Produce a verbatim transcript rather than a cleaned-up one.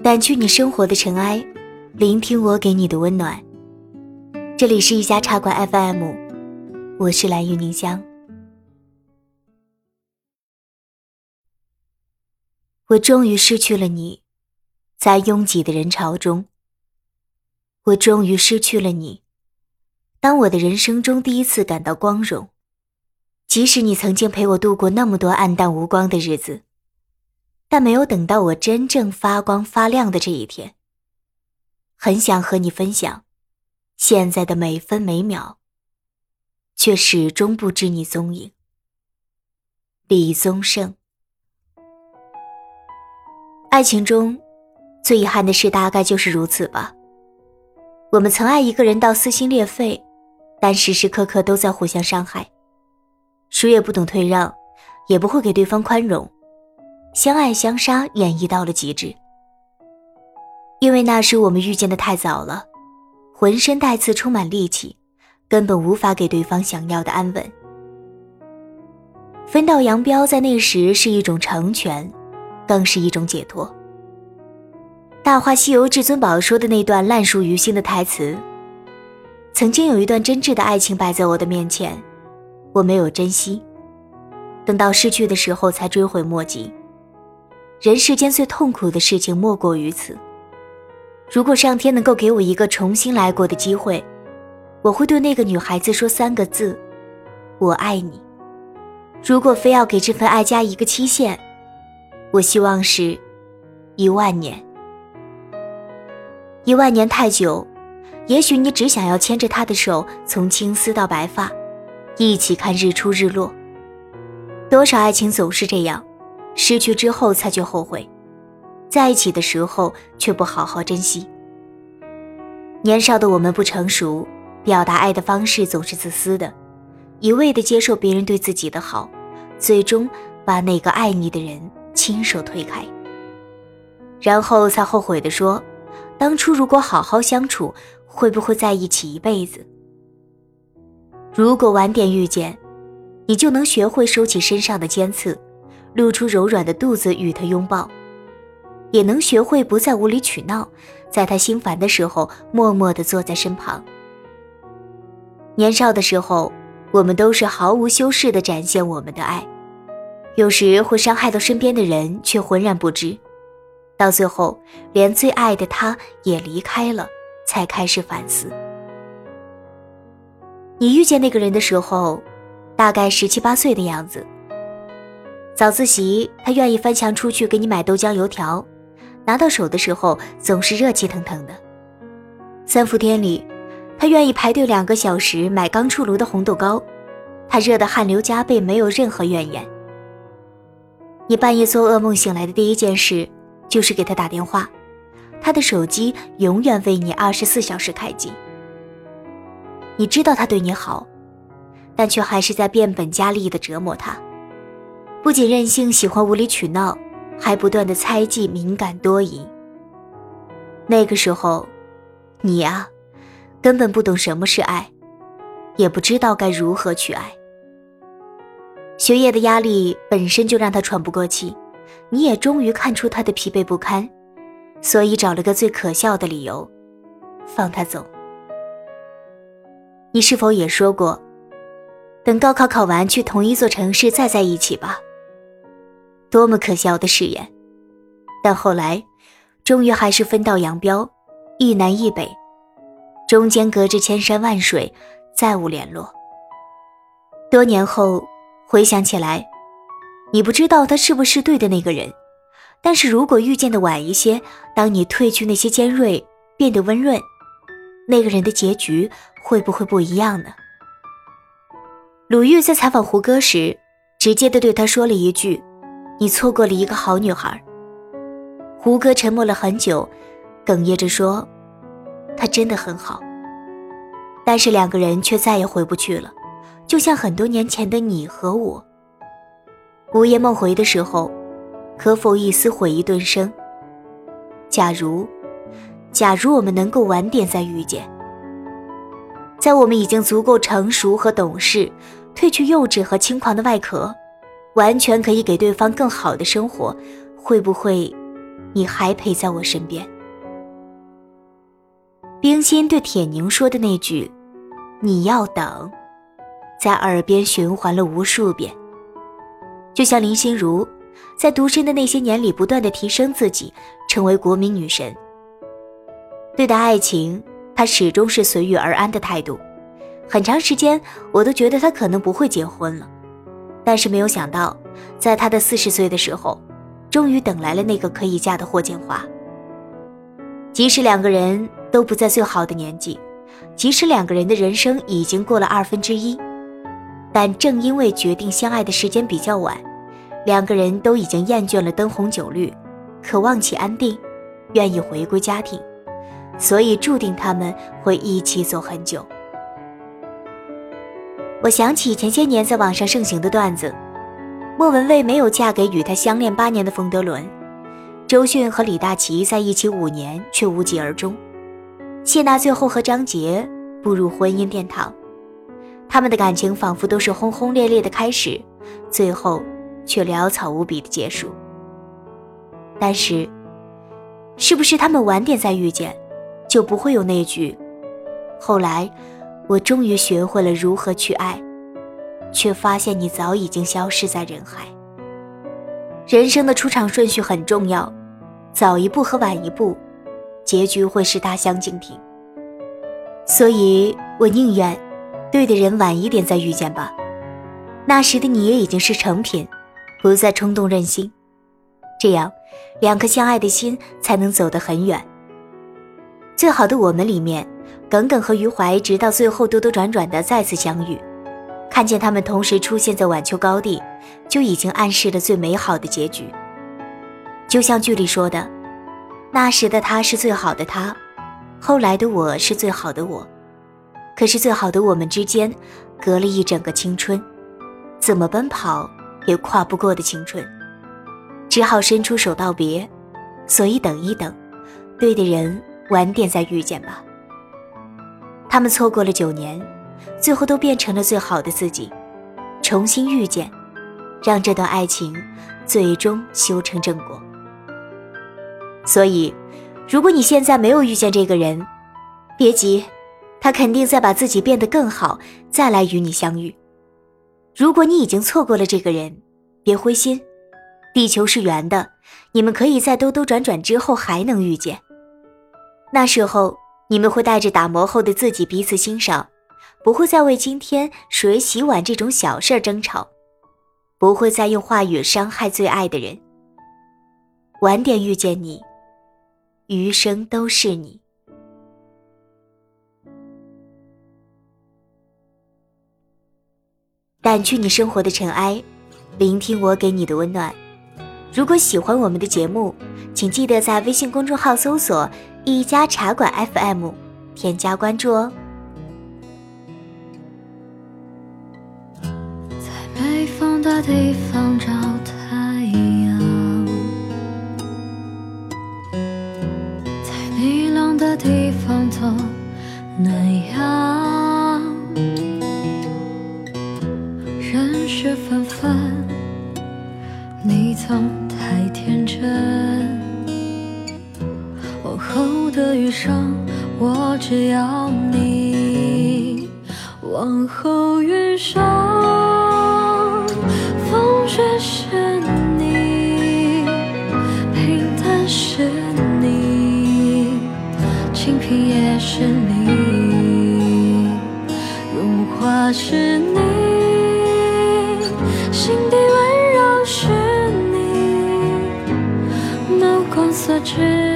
掸去你生活的尘埃，聆听我给你的温暖。这里是一家茶馆 F M， 我是蓝玉凝香。我终于失去了你，在拥挤的人潮中。我终于失去了你，当我的人生中第一次感到光荣。即使你曾经陪我度过那么多暗淡无光的日子，但没有等到我真正发光发亮的这一天。很想和你分享现在的每分每秒，却始终不知你踪影。李宗盛。爱情中最遗憾的事大概就是如此吧。我们曾爱一个人到撕心裂肺，但时时刻刻都在互相伤害，谁也不懂退让，也不会给对方宽容，相爱相杀演绎到了极致。因为那时我们遇见的太早了，浑身带刺，充满戾气，根本无法给对方想要的安稳。分道扬镳在那时是一种成全，更是一种解脱。大话西游至尊宝说的那段烂熟于心的台词，曾经有一段真挚的爱情摆在我的面前，我没有珍惜，等到失去的时候才追悔莫及。人世间最痛苦的事情莫过于此。如果上天能够给我一个重新来过的机会，我会对那个女孩子说三个字：我爱你。如果非要给这份爱加一个期限，我希望是一万年。一万年太久，也许你只想要牵着她的手，从青丝到白发，一起看日出日落。多少爱情总是这样，失去之后才觉后悔，在一起的时候却不好好珍惜。年少的我们不成熟，表达爱的方式总是自私的，一味地接受别人对自己的好，最终把那个爱你的人亲手推开，然后才后悔地说，当初如果好好相处，会不会在一起一辈子？如果晚点遇见，你就能学会收起身上的尖刺，露出柔软的肚子与他拥抱，也能学会不再无理取闹，在他心烦的时候默默地坐在身旁。年少的时候，我们都是毫无修饰地展现我们的爱，有时会伤害到身边的人，却浑然不知，到最后连最爱的他也离开了，才开始反思。你遇见那个人的时候，大概十七八岁的样子。早自习，他愿意翻墙出去给你买豆浆油条，拿到手的时候总是热气腾腾的。三伏天里，他愿意排队两个小时买刚出炉的红豆糕，他热得汗流浃背，没有任何怨言。你半夜做噩梦醒来的第一件事就是给他打电话，他的手机永远为你二十四小时开机。你知道他对你好，但却还是在变本加厉地折磨他，不仅任性喜欢无理取闹，还不断地猜忌敏感多疑。那个时候你啊，根本不懂什么是爱，也不知道该如何去爱。学业的压力本身就让他喘不过气，你也终于看出他的疲惫不堪，所以找了个最可笑的理由，放他走。你是否也说过，等高考考完去同一座城市再在一起吧？多么可笑的誓言！但后来终于还是分道扬镳，一南一北，中间隔着千山万水，再无联络。多年后回想起来，你不知道他是不是对的那个人，但是如果遇见的晚一些，当你褪去那些尖锐，变得温润，那个人的结局会不会不一样呢？鲁豫在采访胡歌时，直接地对他说了一句，你错过了一个好女孩。胡歌沉默了很久，哽咽着说，她真的很好。但是两个人却再也回不去了，就像很多年前的你和我。午夜梦回的时候，可否一丝悔意顿生？假如假如我们能够晚点再遇见，在我们已经足够成熟和懂事，褪去幼稚和轻狂的外壳，完全可以给对方更好的生活，会不会你还陪在我身边。冰心对铁凝说的那句你要等，在耳边循环了无数遍，就像林心如在独身的那些年里不断地提升自己，成为国民女神。对待爱情，她始终是随遇而安的态度。很长时间我都觉得她可能不会结婚了，但是没有想到在她的四十岁的时候，终于等来了那个可以嫁的霍建华。即使两个人都不在最好的年纪，即使两个人的人生已经过了二分之一，但正因为决定相爱的时间比较晚，两个人都已经厌倦了灯红酒绿，渴望起安定，愿意回归家庭，所以注定他们会一起走很久。我想起前些年在网上盛行的段子，莫文蔚没有嫁给与她相恋八年的冯德伦，周迅和李大齐在一起五年却无疾而终，谢娜最后和张杰步入婚姻殿堂，他们的感情仿佛都是轰轰烈烈的开始，最后却潦草无比的结束。但是是不是他们晚点再遇见，就不会有那句后来我终于学会了如何去爱，却发现你早已经消失在人海。人生的出场顺序很重要，早一步和晚一步，结局会是大相径庭。所以我宁愿对的人晚一点再遇见吧，那时的你也已经是成品，不再冲动任性，这样两颗相爱的心才能走得很远。最好的我们里面，耿耿和余淮直到最后兜兜转转的再次相遇，看见他们同时出现在晚秋高地，就已经暗示了最美好的结局。就像剧里说的，那时的他是最好的他，后来的我是最好的我，可是最好的我们之间隔了一整个青春，怎么奔跑也跨不过的青春，只好伸出手道别。所以等一等，对的人晚点再遇见吧。他们错过了九年，最后都变成了最好的自己，重新遇见，让这段爱情最终修成正果。所以如果你现在没有遇见这个人，别急，他肯定在把自己变得更好，再来与你相遇。如果你已经错过了这个人，别灰心，地球是圆的，你们可以在兜兜转转之后还能遇见。那时候你们会带着打磨后的自己彼此欣赏，不会再为今天谁洗碗这种小事争吵，不会再用话语伤害最爱的人。晚点遇见你，余生都是你。掸去你生活的尘埃，聆听我给你的温暖。如果喜欢我们的节目，请记得在微信公众号搜索一家茶馆 F M， 添加关注哦。 在北方的地方找太阳，在你冷的地方走南阳，人事纷纷，你总太天真，往后的余生我只要你，往后余生风雪是你，平淡是你，清贫也是你，荣华是你，心底温柔是你，眸光所至